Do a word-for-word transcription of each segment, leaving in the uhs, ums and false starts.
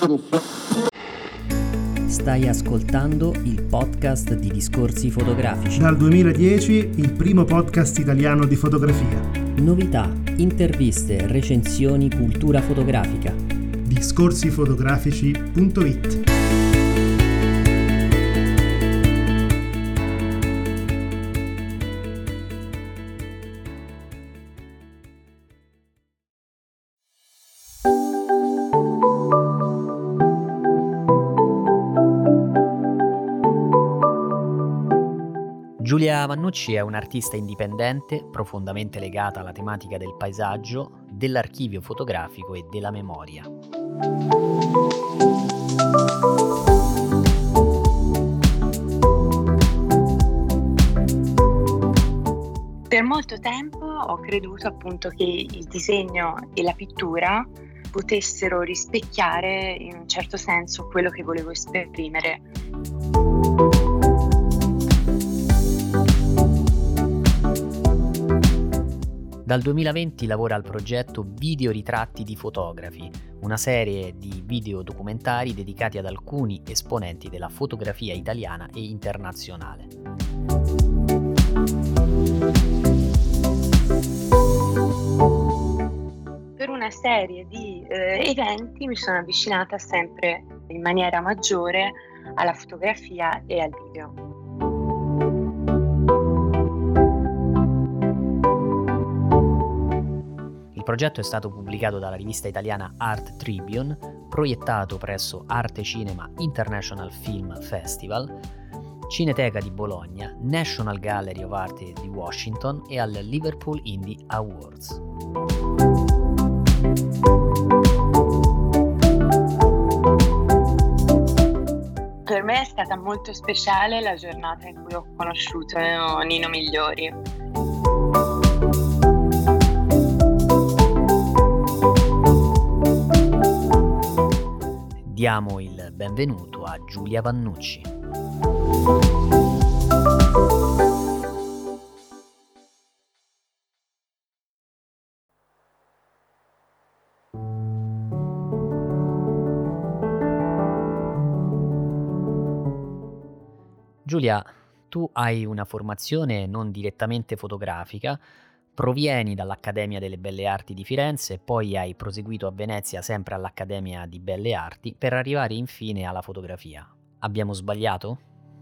Stai ascoltando il podcast di Discorsi Fotografici. Dal duemiladieci il primo podcast italiano di fotografia. Novità, interviste, recensioni, cultura fotografica. discorsi fotografici punto it. Giulia Vannucci è un'artista indipendente, profondamente legata alla tematica del paesaggio, dell'archivio fotografico e della memoria. Per molto tempo ho creduto appunto che il disegno e la pittura potessero rispecchiare in un certo senso quello che volevo esprimere. Dal duemilaventi lavora al progetto Video Ritratti di Fotografi, una serie di video documentari dedicati ad alcuni esponenti della fotografia italiana e internazionale. Per una serie di eh, eventi mi sono avvicinata sempre in maniera maggiore alla fotografia e al video. Il progetto è stato pubblicato dalla rivista italiana Art Tribune, proiettato presso Arte Cinema International Film Festival, Cineteca di Bologna, National Gallery of Art di Washington e al Liverpool Indie Awards. Per me è stata molto speciale la giornata in cui ho conosciuto Nino Migliori. Diamo il benvenuto a Giulia Vannucci. Giulia, tu hai una formazione non direttamente fotografica, provieni dall'Accademia delle Belle Arti di Firenze, poi hai proseguito a Venezia sempre all'Accademia di Belle Arti per arrivare infine alla fotografia. Abbiamo sbagliato?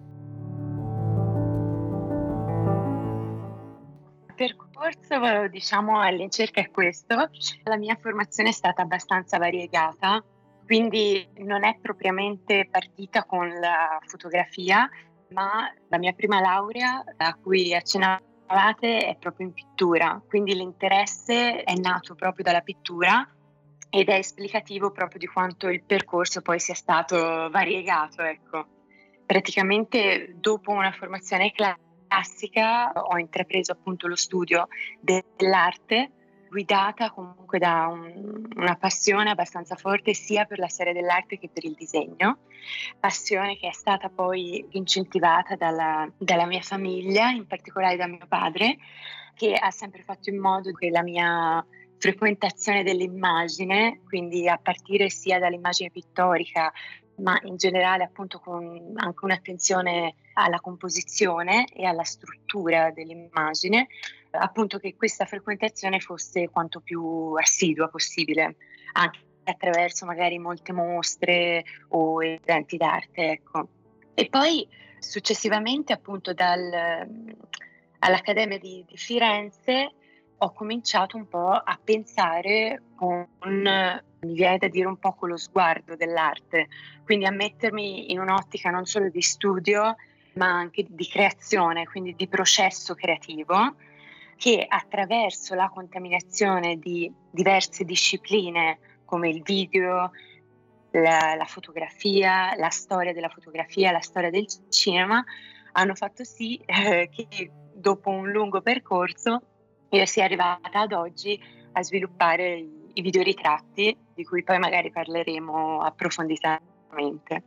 Il percorso, diciamo, all'incirca è questo. La mia formazione è stata abbastanza variegata, quindi non è propriamente partita con la fotografia, ma la mia prima laurea, a cui accennavo, è proprio in pittura, quindi l'interesse è nato proprio dalla pittura ed è esplicativo proprio di quanto il percorso poi sia stato variegato, ecco. Praticamente dopo una formazione classica ho intrapreso appunto lo studio dell'arte, guidata comunque da un, una passione abbastanza forte sia per la storia dell'arte che per il disegno, passione che è stata poi incentivata dalla, dalla mia famiglia, in particolare da mio padre, che ha sempre fatto in modo che la mia frequentazione dell'immagine, quindi a partire sia dall'immagine pittorica, ma in generale appunto con anche un'attenzione alla composizione e alla struttura dell'immagine, appunto che questa frequentazione fosse quanto più assidua possibile, anche attraverso magari molte mostre o eventi d'arte, ecco. E poi successivamente appunto dal, all'Accademia di, di Firenze ho cominciato un po' a pensare con, mi viene da dire un po' con lo sguardo dell'arte, quindi a mettermi in un'ottica non solo di studio ma anche di creazione, quindi di processo creativo, che attraverso la contaminazione di diverse discipline come il video, la, la fotografia, la storia della fotografia, la storia del cinema, hanno fatto sì eh, che dopo un lungo percorso io sia arrivata ad oggi a sviluppare i, i videoritratti, di cui poi magari parleremo approfonditamente.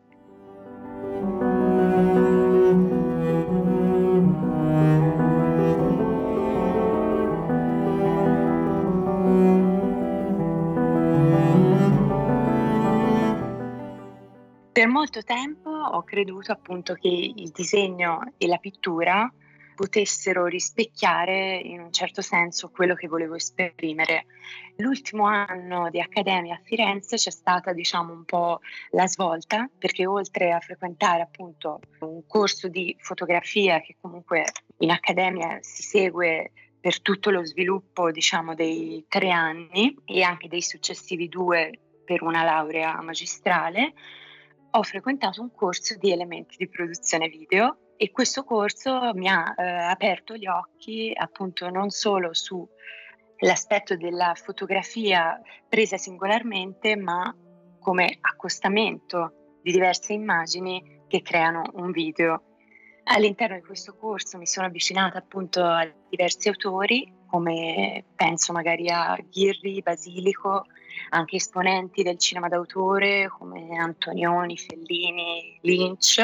Per molto tempo ho creduto appunto che il disegno e la pittura potessero rispecchiare in un certo senso quello che volevo esprimere. L'ultimo anno di accademia a Firenze c'è stata, diciamo, un po' la svolta, perché oltre a frequentare appunto un corso di fotografia che comunque in accademia si segue per tutto lo sviluppo, diciamo, dei tre anni e anche dei successivi due per una laurea magistrale, ho frequentato un corso di elementi di produzione video e questo corso mi ha eh, aperto gli occhi appunto non solo sull'aspetto della fotografia presa singolarmente, ma come accostamento di diverse immagini che creano un video. All'interno di questo corso mi sono avvicinata appunto a diversi autori, come penso magari a Ghirri, Basilico, anche esponenti del cinema d'autore come Antonioni, Fellini, Lynch,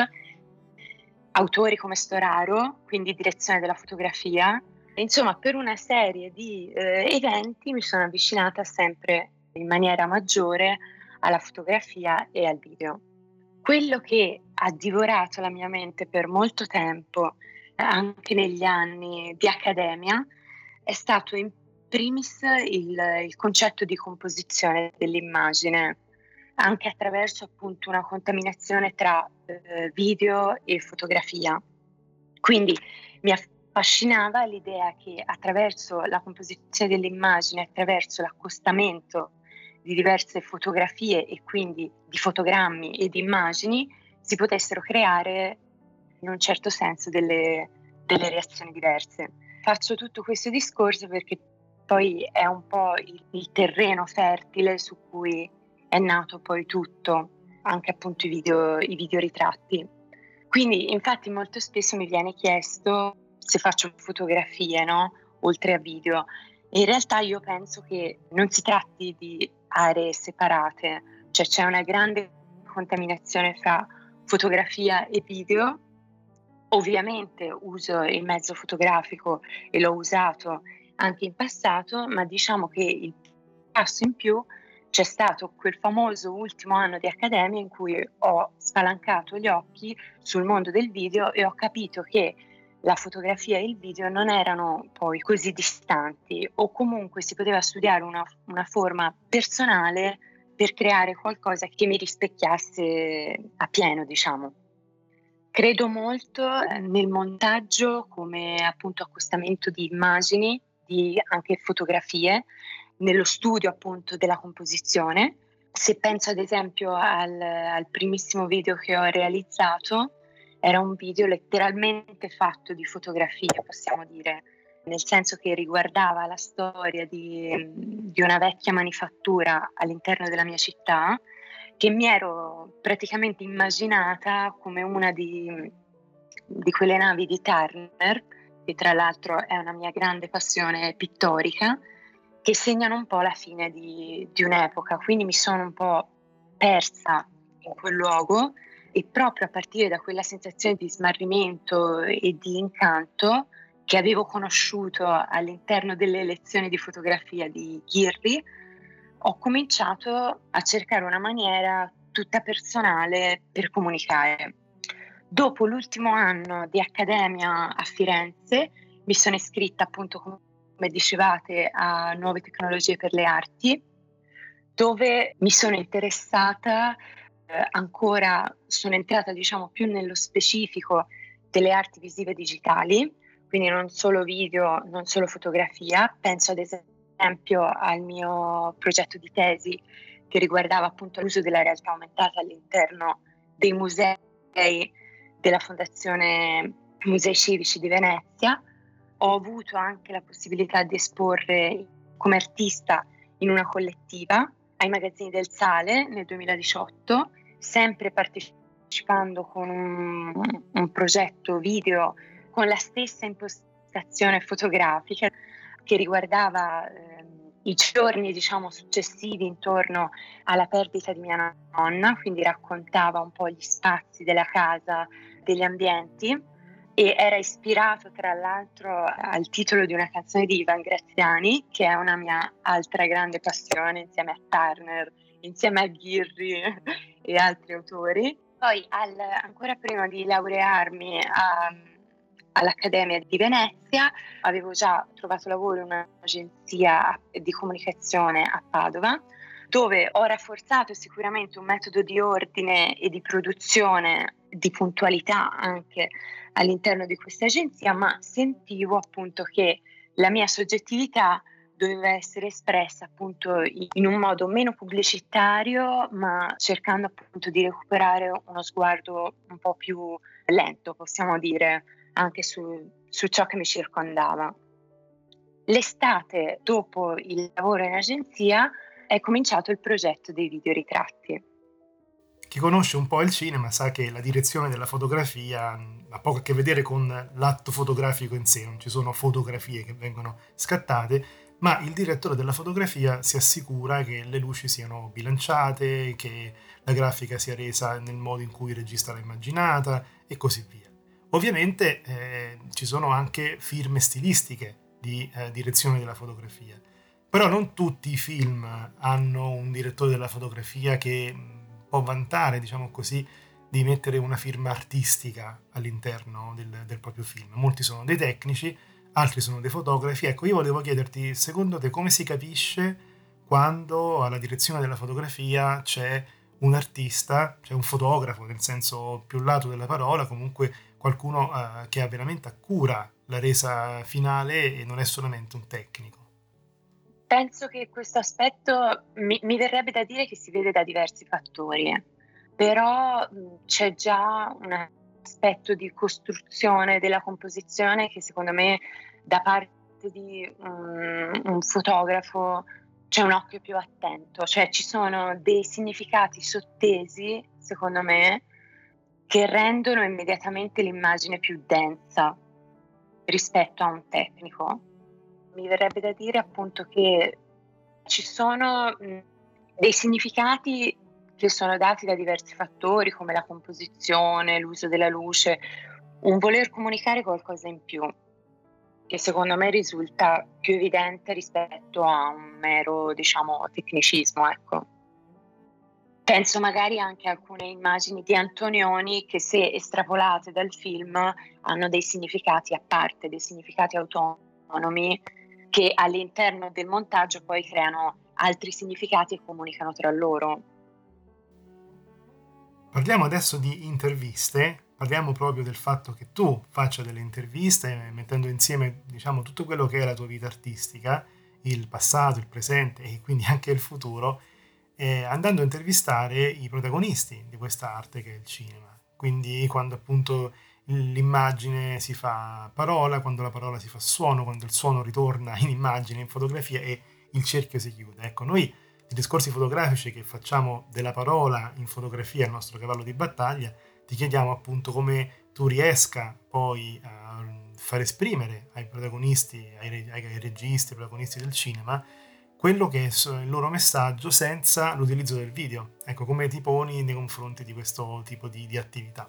autori come Storaro, quindi direzione della fotografia. Insomma, per una serie di eh, eventi mi sono avvicinata sempre in maniera maggiore alla fotografia e al video. Quello che ha divorato la mia mente per molto tempo, anche negli anni di accademia, è stato in primis il, il concetto di composizione dell'immagine, anche attraverso appunto una contaminazione tra eh, video e fotografia. Quindi mi affascinava l'idea che attraverso la composizione dell'immagine, attraverso l'accostamento di diverse fotografie e quindi di fotogrammi e di immagini, si potessero creare in un certo senso delle, delle reazioni diverse. Faccio tutto questo discorso perché poi è un po' il, il terreno fertile su cui è nato poi tutto, anche appunto i video, i videoritratti. Quindi infatti molto spesso mi viene chiesto se faccio fotografie, no? Oltre a video. E in realtà io penso che non si tratti di aree separate, cioè c'è una grande contaminazione fra fotografia e video. Ovviamente uso il mezzo fotografico e l'ho usato anche in passato, ma diciamo che il passo in più c'è stato quel famoso ultimo anno di accademia in cui ho spalancato gli occhi sul mondo del video e ho capito che la fotografia e il video non erano poi così distanti, o comunque si poteva studiare una, una forma personale per creare qualcosa che mi rispecchiasse a pieno, diciamo. Credo molto nel montaggio come appunto accostamento di immagini, di anche fotografie, nello studio appunto della composizione. Se penso ad esempio al, al primissimo video che ho realizzato, era un video letteralmente fatto di fotografie, possiamo dire, nel senso che riguardava la storia di, di una vecchia manifattura all'interno della mia città, che mi ero praticamente immaginata come una di, di quelle navi di Turner, che tra l'altro è una mia grande passione pittorica, che segnano un po' la fine di, di un'epoca. Quindi mi sono un po' persa in quel luogo e proprio a partire da quella sensazione di smarrimento e di incanto che avevo conosciuto all'interno delle lezioni di fotografia di Ghirri, ho cominciato a cercare una maniera tutta personale per comunicare. Dopo l'ultimo anno di accademia a Firenze mi sono iscritta appunto, come dicevate, a Nuove Tecnologie per le Arti, dove mi sono interessata eh, ancora, sono entrata diciamo più nello specifico delle arti visive digitali, quindi non solo video, non solo fotografia. Penso ad esempio al mio progetto di tesi che riguardava appunto l'uso della realtà aumentata all'interno dei musei della Fondazione Musei Civici di Venezia. Ho avuto anche la possibilità di esporre come artista in una collettiva ai Magazzini del Sale nel duemiladiciotto, sempre partecipando con un, un progetto video con la stessa impostazione fotografica che riguardava eh, i giorni diciamo successivi intorno alla perdita di mia nonna, quindi raccontava un po' gli spazi della casa, degli ambienti, e era ispirato tra l'altro al titolo di una canzone di Ivan Graziani, che è una mia altra grande passione insieme a Turner, insieme a Ghirri e altri autori. Poi al, ancora prima di laurearmi a, all'Accademia di Venezia avevo già trovato lavoro in un'agenzia di comunicazione a Padova, dove ho rafforzato sicuramente un metodo di ordine e di produzione, di puntualità anche all'interno di questa agenzia, ma sentivo appunto che la mia soggettività doveva essere espressa appunto in un modo meno pubblicitario, ma cercando appunto di recuperare uno sguardo un po' più lento, possiamo dire, anche su, su ciò che mi circondava. L'estate, dopo il lavoro in agenzia, è cominciato il progetto dei videoritratti. Chi conosce un po' il cinema sa che la direzione della fotografia ha poco a che vedere con l'atto fotografico in sé, non ci sono fotografie che vengono scattate, ma il direttore della fotografia si assicura che le luci siano bilanciate, che la grafica sia resa nel modo in cui il regista l'ha immaginata e così via. Ovviamente eh, ci sono anche firme stilistiche di eh, direzione della fotografia, però non tutti i film hanno un direttore della fotografia che può vantare, diciamo così, di mettere una firma artistica all'interno del, del proprio film. Molti sono dei tecnici, altri sono dei fotografi. Ecco, io volevo chiederti, secondo te, come si capisce quando alla direzione della fotografia c'è un artista, c'è un fotografo, nel senso più lato della parola, comunque qualcuno eh, che ha veramente a cura la resa finale e non è solamente un tecnico? Penso che questo aspetto mi, mi verrebbe da dire che si vede da diversi fattori, però mh, c'è già un aspetto di costruzione della composizione che secondo me da parte di um, un fotografo c'è un occhio più attento, cioè ci sono dei significati sottesi, secondo me, che rendono immediatamente l'immagine più densa rispetto a un tecnico. Mi verrebbe da dire appunto che ci sono mh, dei significati che sono dati da diversi fattori come la composizione, l'uso della luce, un voler comunicare qualcosa in più, che secondo me risulta più evidente rispetto a un mero, diciamo, tecnicismo, ecco. Penso magari anche a alcune immagini di Antonioni che, se estrapolate dal film, hanno dei significati a parte, dei significati autonomi che all'interno del montaggio poi creano altri significati e comunicano tra loro. Parliamo adesso di interviste, parliamo proprio del fatto che tu faccia delle interviste mettendo insieme, diciamo, tutto quello che è la tua vita artistica, il passato, il presente e quindi anche il futuro, eh, andando a intervistare i protagonisti di questa arte che è il cinema. Quindi quando appunto l'immagine si fa parola, quando la parola si fa suono, quando il suono ritorna in immagine, in fotografia e il cerchio si chiude. Ecco, noi i discorsi fotografici che facciamo della parola in fotografia il nostro cavallo di battaglia, ti chiediamo appunto come tu riesca poi a far esprimere ai protagonisti, ai, ai registi, ai protagonisti del cinema, quello che è il loro messaggio senza l'utilizzo del video. Ecco, come ti poni nei confronti di questo tipo di, di attività?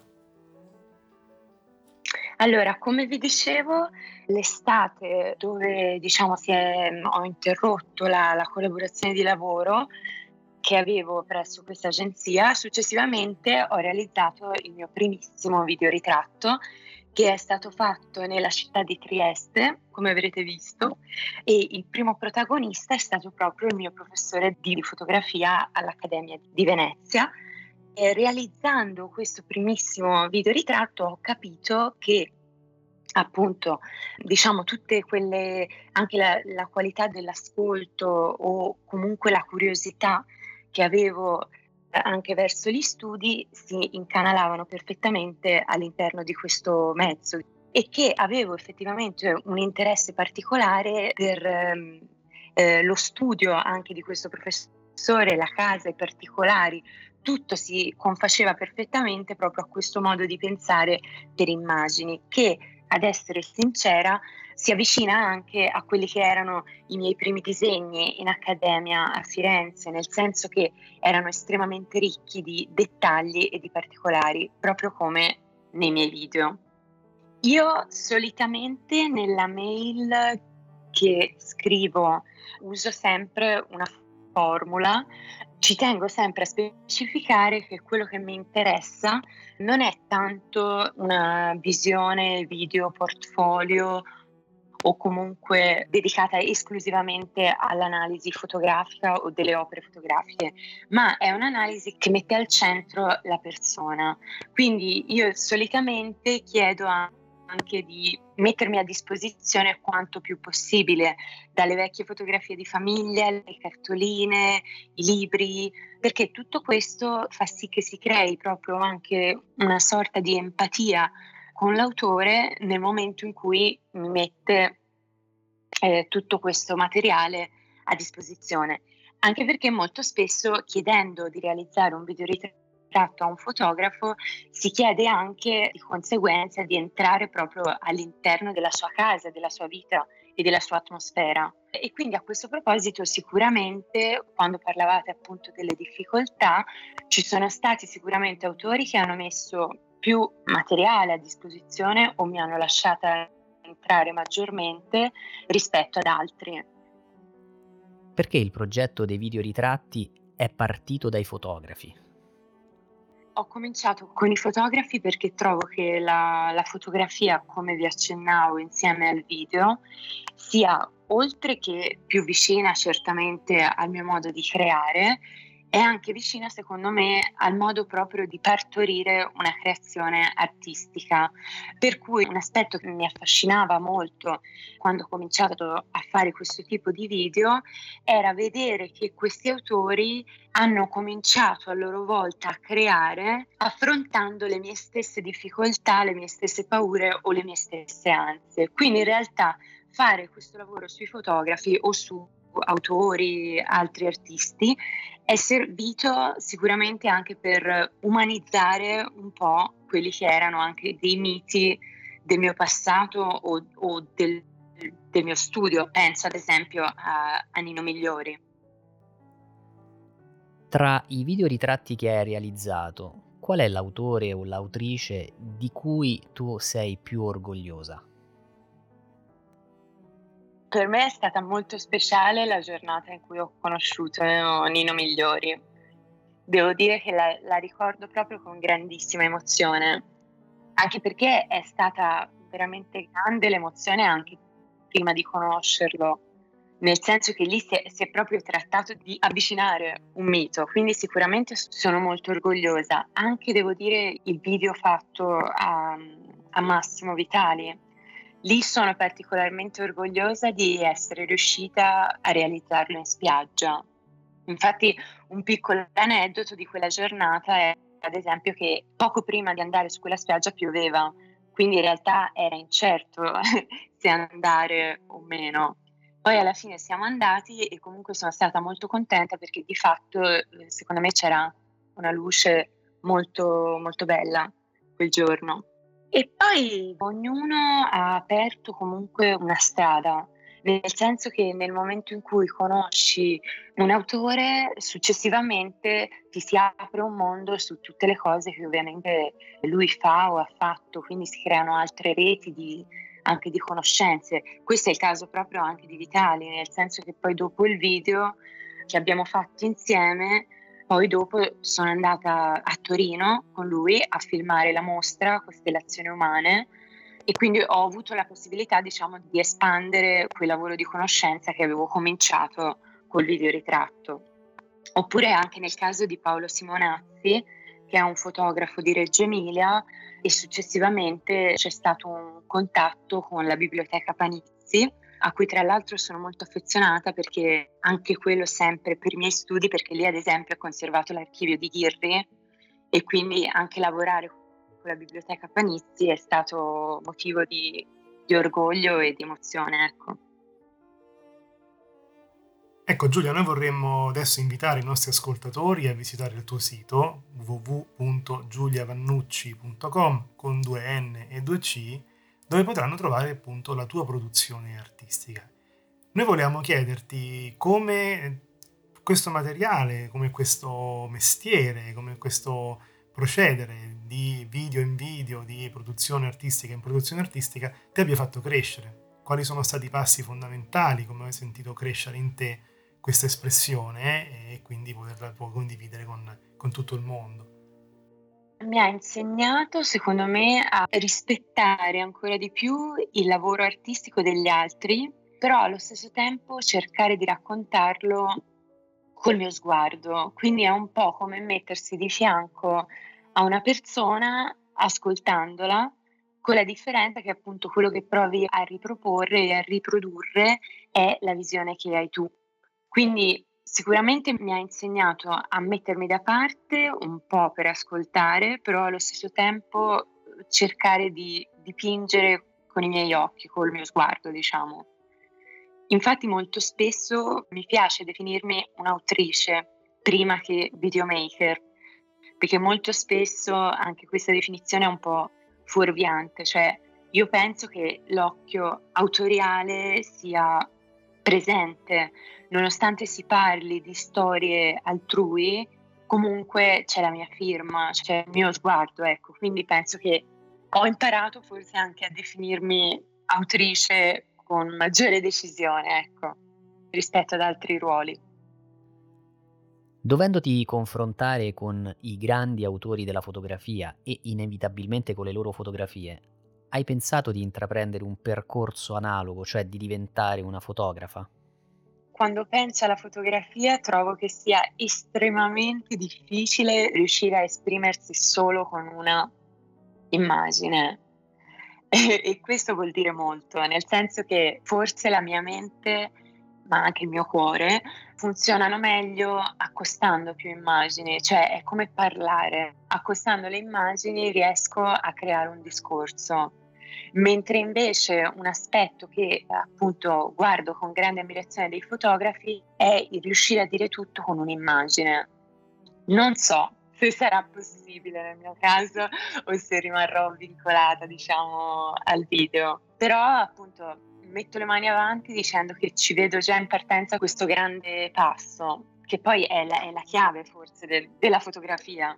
Allora, come vi dicevo, l'estate dove diciamo si è, ho interrotto la, la collaborazione di lavoro che avevo presso questa agenzia, successivamente ho realizzato il mio primissimo videoritratto che è stato fatto nella città di Trieste, come avrete visto, e il primo protagonista è stato proprio il mio professore di fotografia all'Accademia di Venezia. E realizzando questo primissimo videoritratto ho capito che appunto diciamo tutte quelle, anche la, la qualità dell'ascolto o comunque la curiosità che avevo anche verso gli studi si incanalavano perfettamente all'interno di questo mezzo e che avevo effettivamente un interesse particolare per ehm, eh, lo studio anche di questo professore, la casa, i particolari, tutto si confaceva perfettamente proprio a questo modo di pensare per immagini che, ad essere sincera, si avvicina anche a quelli che erano i miei primi disegni in accademia a Firenze, nel senso che erano estremamente ricchi di dettagli e di particolari, proprio come nei miei video. Io solitamente nella mail che scrivo uso sempre una formula ci tengo sempre a specificare che quello che mi interessa non è tanto una visione video portfolio o comunque dedicata esclusivamente all'analisi fotografica o delle opere fotografiche, ma è un'analisi che mette al centro la persona. Quindi io solitamente chiedo anche di mettermi a disposizione quanto più possibile, dalle vecchie fotografie di famiglia, le cartoline, i libri, perché tutto questo fa sì che si crei proprio anche una sorta di empatia con l'autore nel momento in cui mi mette eh, tutto questo materiale a disposizione. Anche perché molto spesso, chiedendo di realizzare un videoritratto a un fotografo, si chiede anche di conseguenza di entrare proprio all'interno della sua casa, della sua vita e della sua atmosfera. E quindi a questo proposito sicuramente, quando parlavate appunto delle difficoltà, ci sono stati sicuramente autori che hanno messo più materiale a disposizione o mi hanno lasciata entrare maggiormente rispetto ad altri. Perché il progetto dei videoritratti è partito dai fotografi? Ho cominciato con i fotografi perché trovo che la, la fotografia, come vi accennavo insieme al video, sia oltre che più vicina certamente al mio modo di creare, è anche vicina secondo me al modo proprio di partorire una creazione artistica. Per cui un aspetto che mi affascinava molto quando ho cominciato a fare questo tipo di video era vedere che questi autori hanno cominciato a loro volta a creare affrontando le mie stesse difficoltà, le mie stesse paure o le mie stesse ansie. Quindi in realtà fare questo lavoro sui fotografi o su autori, altri artisti, è servito sicuramente anche per umanizzare un po' quelli che erano anche dei miti del mio passato o, o del, del mio studio. Penso ad esempio a, a Nino Migliori. Tra i videoritratti che hai realizzato, qual è l'autore o l'autrice di cui tu sei più orgogliosa? Per me è stata molto speciale la giornata in cui ho conosciuto Nino Migliori. Devo dire che la, la ricordo proprio con grandissima emozione, anche perché è stata veramente grande l'emozione anche prima di conoscerlo, nel senso che lì si è, si è proprio trattato di avvicinare un mito, quindi sicuramente sono molto orgogliosa. Anche devo dire il video fatto a, a Massimo Vitali. Lì sono particolarmente orgogliosa di essere riuscita a realizzarlo in spiaggia. Infatti un piccolo aneddoto di quella giornata è ad esempio che poco prima di andare su quella spiaggia pioveva, quindi in realtà era incerto se andare o meno. Poi alla fine siamo andati e comunque sono stata molto contenta perché di fatto secondo me c'era una luce molto, molto bella quel giorno. E poi ognuno ha aperto comunque una strada, nel senso che nel momento in cui conosci un autore, successivamente ti si apre un mondo su tutte le cose che ovviamente lui fa o ha fatto, quindi si creano altre reti di, anche di conoscenze. Questo è il caso proprio anche di Vitali, nel senso che poi dopo il video che abbiamo fatto insieme, poi dopo sono andata a Torino con lui a filmare la mostra Costellazioni Umane e quindi ho avuto la possibilità, diciamo, di espandere quel lavoro di conoscenza che avevo cominciato col videoritratto. Oppure anche nel caso di Paolo Simonazzi, che è un fotografo di Reggio Emilia, e successivamente c'è stato un contatto con la Biblioteca Panizzi, a cui tra l'altro sono molto affezionata perché anche quello sempre per i miei studi, perché lì ad esempio ho conservato l'archivio di Ghirri e quindi anche lavorare con la Biblioteca Panizzi è stato motivo di, di orgoglio e di emozione, ecco. Ecco Giulia, noi vorremmo adesso invitare i nostri ascoltatori a visitare il tuo sito w w w punto giuliavannucci punto com con due N e due C, dove potranno trovare appunto la tua produzione artistica. Noi volevamo chiederti come questo materiale, come questo mestiere, come questo procedere di video in video, di produzione artistica in produzione artistica ti abbia fatto crescere. Quali sono stati i passi fondamentali, come hai sentito crescere in te questa espressione e quindi poterla poi condividere con, con tutto il mondo. Mi ha insegnato, secondo me, a rispettare ancora di più il lavoro artistico degli altri, però allo stesso tempo cercare di raccontarlo col mio sguardo. Quindi è un po' come mettersi di fianco a una persona ascoltandola, con la differenza che appunto quello che provi a riproporre e a riprodurre è la visione che hai tu. Quindi sicuramente mi ha insegnato a mettermi da parte un po' per ascoltare, però allo stesso tempo cercare di dipingere con i miei occhi, col mio sguardo, diciamo. Infatti molto spesso mi piace definirmi un'autrice prima che videomaker, perché molto spesso anche questa definizione è un po' fuorviante, cioè io penso che l'occhio autoriale sia presente, nonostante si parli di storie altrui, comunque c'è la mia firma, c'è il mio sguardo, ecco, quindi penso che ho imparato forse anche a definirmi autrice con maggiore decisione, ecco, rispetto ad altri ruoli. Dovendoti confrontare con i grandi autori della fotografia e inevitabilmente con le loro fotografie, hai pensato di intraprendere un percorso analogo, cioè di diventare una fotografa? Quando penso alla fotografia trovo che sia estremamente difficile riuscire a esprimersi solo con una immagine. E, e questo vuol dire molto, nel senso che forse la mia mente, ma anche il mio cuore, funzionano meglio accostando più immagini, cioè è come parlare. Accostando le immagini riesco a creare un discorso. Mentre invece un aspetto che appunto guardo con grande ammirazione dei fotografi è il riuscire a dire tutto con un'immagine. Non so se sarà possibile nel mio caso o se rimarrò vincolata, diciamo, al video. Però appunto metto le mani avanti dicendo che ci vedo già in partenza questo grande passo, che poi è la, è la chiave forse del- della fotografia.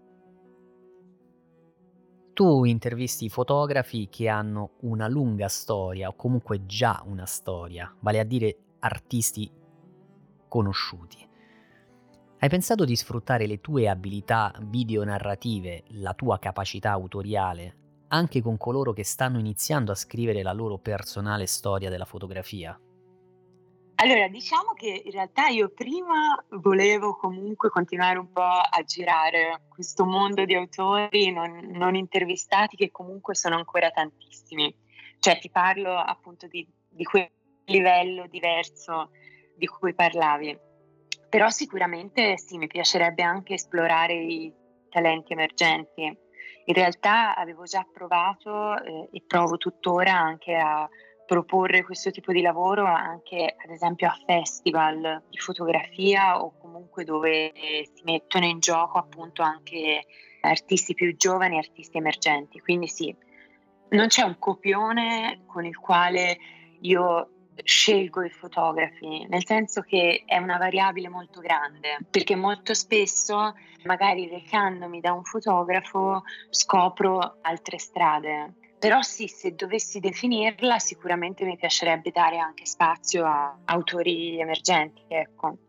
Tu intervisti fotografi che hanno una lunga storia o comunque già una storia, vale a dire artisti conosciuti. Hai pensato di sfruttare le tue abilità videonarrative, la tua capacità autoriale, anche con coloro che stanno iniziando a scrivere la loro personale storia della fotografia? Allora, diciamo che in realtà io prima volevo comunque continuare un po' a girare questo mondo di autori non, non intervistati che comunque sono ancora tantissimi. Cioè ti parlo appunto di, di quel livello diverso di cui parlavi. Però sicuramente sì, mi piacerebbe anche esplorare i talenti emergenti. In realtà avevo già provato eh, e provo tuttora anche a proporre questo tipo di lavoro anche ad esempio a festival di fotografia o comunque dove si mettono in gioco appunto anche artisti più giovani, artisti emergenti. Quindi sì, non c'è un copione con il quale io scelgo i fotografi, nel senso che è una variabile molto grande, perché molto spesso magari recandomi da un fotografo scopro altre strade. Però sì, se dovessi definirla, sicuramente mi piacerebbe dare anche spazio a autori emergenti, ecco.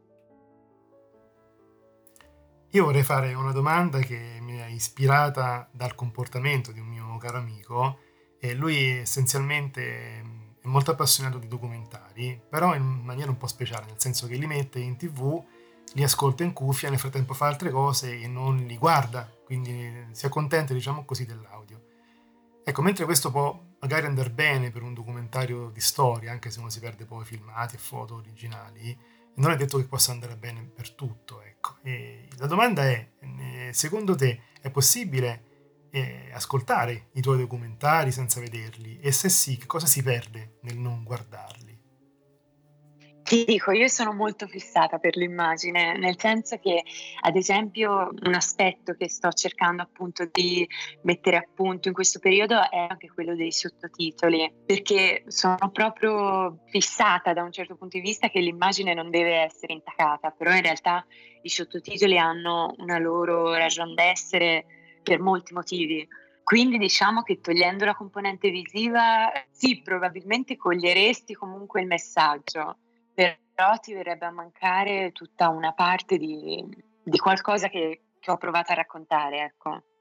Io vorrei fare una domanda che mi è ispirata dal comportamento di un mio caro amico. E lui essenzialmente mh, è molto appassionato di documentari, però in maniera un po' speciale, nel senso che li mette in tv, li ascolta in cuffia, nel frattempo fa altre cose e non li guarda, quindi si accontenta, diciamo così, dell'audio. Ecco, mentre questo può magari andare bene per un documentario di storia, anche se uno si perde poi filmati e foto originali, non è detto che possa andare bene per tutto, ecco. E la domanda è, eh, secondo te è possibile eh, ascoltare i tuoi documentari senza vederli? E se sì, che cosa si perde nel non guardarli? Ti dico, io sono molto fissata per l'immagine, nel senso che, ad esempio, un aspetto che sto cercando appunto di mettere a punto in questo periodo è anche quello dei sottotitoli, perché sono proprio fissata da un certo punto di vista che l'immagine non deve essere intaccata, però in realtà i sottotitoli hanno una loro ragion d'essere per molti motivi. Quindi diciamo che togliendo la componente visiva, sì, probabilmente coglieresti comunque il messaggio, però però ti verrebbe a mancare tutta una parte di, di qualcosa che, che ho provato a raccontare, ecco.